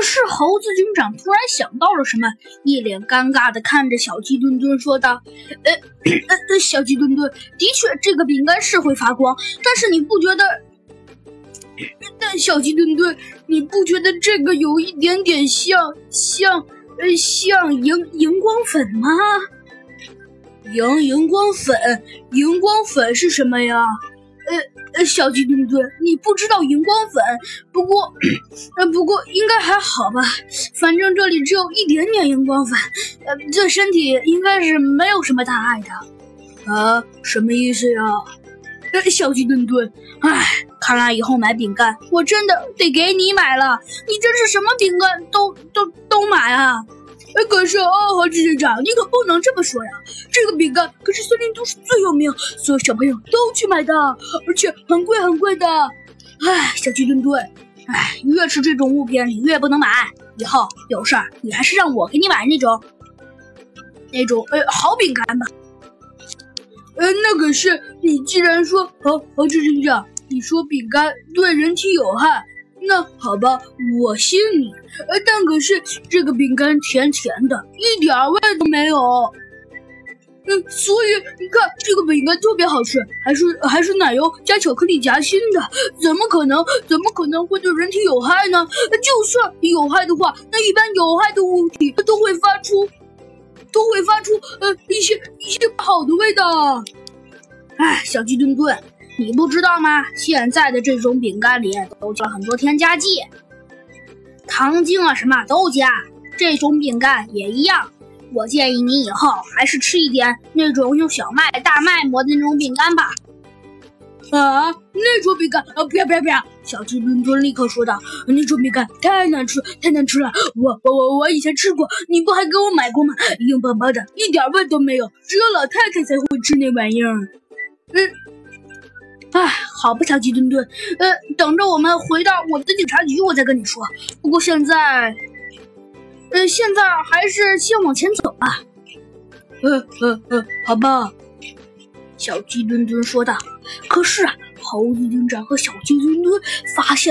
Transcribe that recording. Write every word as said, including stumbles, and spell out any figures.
可是猴子警长突然想到了什么，一脸尴尬地看着小鸡墩墩说道：“呃呃呃，小鸡墩墩，的确这个饼干是会发光，但是你不觉得？但小鸡墩墩，你不觉得这个有一点点像像呃像荧荧光粉吗？荧荧光粉，荧光粉是什么呀？”呃呃，小鸡墩墩，你不知道荧光粉，不过，呃，不过应该还好吧。反正这里只有一点点荧光粉，呃，对身体应该是没有什么大碍的。啊，什么意思呀？呃，小鸡墩墩，唉，看来以后买饼干，我真的得给你买了。你真是什么饼干都都都买啊！哎，可是啊，猴子警长，你可不能这么说呀！这个饼干可是森林都市最有名，所有小朋友都去买的，而且很贵很贵的。哎，小鸡墩墩，哎，越是这种物品你越不能买。以后有事儿你还是让我给你买那种那种呃好饼干吧。呃，那可是你既然说猴猴子警长，你说饼干对人体有害。那好吧，我信你。呃，但可是这个饼干甜甜的，一点味都没有。嗯，所以你看，这个饼干特别好吃，还是还是奶油加巧克力夹心的，怎么可能？怎么可能会对人体有害呢？就算有害的话，那一般有害的物体都会发出，都会发出呃一些一些不好的味道。哎，小鸡墩墩。你不知道吗？现在的这种饼干里都加了很多添加剂，糖精啊什么都加。这种饼干也一样。我建议你以后还是吃一点那种用小麦、大麦磨的那种饼干吧。啊，那种饼干啊，不要不要不要！小鸡墩墩立刻说道：“那种饼干太难吃，太难吃了！我我我我以前吃过，你不还给我买过吗？硬邦邦的，一点味都没有，只有老太太才会吃那玩意儿。”嗯。哎，好吧，小鸡墩墩，呃，等着我们回到我的警察局，我再跟你说。不过现在，呃，现在还是先往前走吧。呃呃呃，好吧，小鸡墩墩说道。可是啊，猴子警长和小鸡墩墩发现